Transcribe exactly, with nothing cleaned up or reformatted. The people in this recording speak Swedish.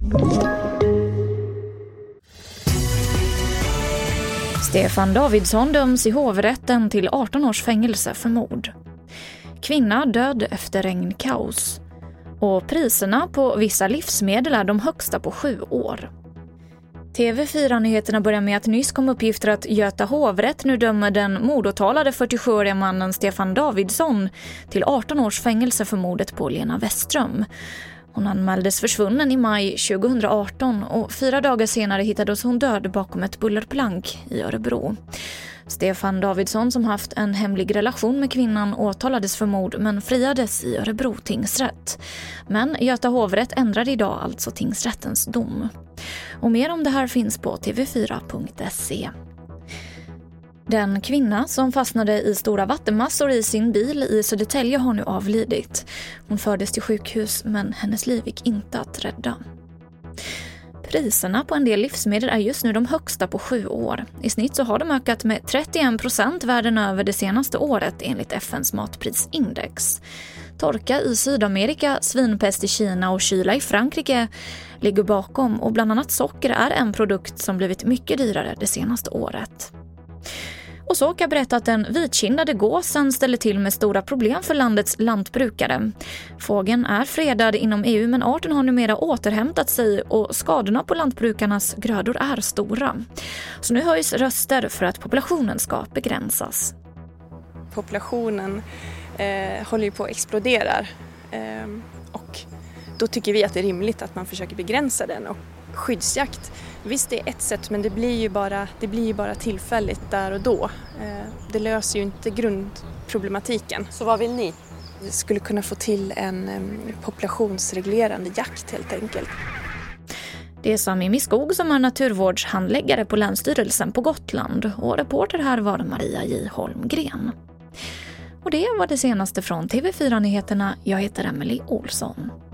Stefan Davidsson döms i hovrätten till arton års fängelse för mord. Kvinna död efter regnkaos. Och priserna på vissa livsmedel är de högsta på sju år. T V fyra-nyheterna börjar med att nyss kom uppgifter att Göta hovrätt nu dömer den mordåtalade fyrtiosjuåriga mannen Stefan Davidsson till arton års fängelse för mordet på Lena Westström. Hon anmäldes försvunnen i maj tjugohundraarton och fyra dagar senare hittades hon död bakom ett bullerplank i Örebro. Stefan Davidsson, som haft en hemlig relation med kvinnan, åtalades för mord men friades i Örebro tingsrätt. Men Göta hovrätt ändrade idag alltså tingsrättens dom. Och mer om det här finns på t v fyra punkt se. Den kvinna som fastnade i stora vattenmassor i sin bil i Södertälje har nu avlidit. Hon fördes till sjukhus men hennes liv gick inte att rädda. Priserna på en del livsmedel är just nu de högsta på sju år. I snitt så har de ökat med trettioen procent världen över det senaste året enligt F N:s matprisindex. Torka i Sydamerika, svinpest i Kina och kyla i Frankrike ligger bakom, och bland annat socker är en produkt som blivit mycket dyrare det senaste året. Och så kan jag berätta att den vitkindade gåsen ställer till med stora problem för landets lantbrukare. Fågeln är fredad inom E U, men arten har numera återhämtat sig och skadorna på lantbrukarnas grödor är stora. Så nu höjs röster för att populationen ska begränsas. Populationen eh, håller ju på att explodera eh, och då tycker vi att det är rimligt att man försöker begränsa den. Och skyddsjakt, visst det är ett sätt, men det blir ju bara, det blir ju bara tillfälligt där och då. Det löser ju inte grundproblematiken. Så vad vill ni? Vi skulle kunna få till en populationsreglerande jakt helt enkelt. Det är Sami Skog som är naturvårdshandläggare på Länsstyrelsen på Gotland, och reporter här var Maria J. Holmgren. Och det var det senaste från T V fyra-nyheterna. Jag heter Emily Olsson.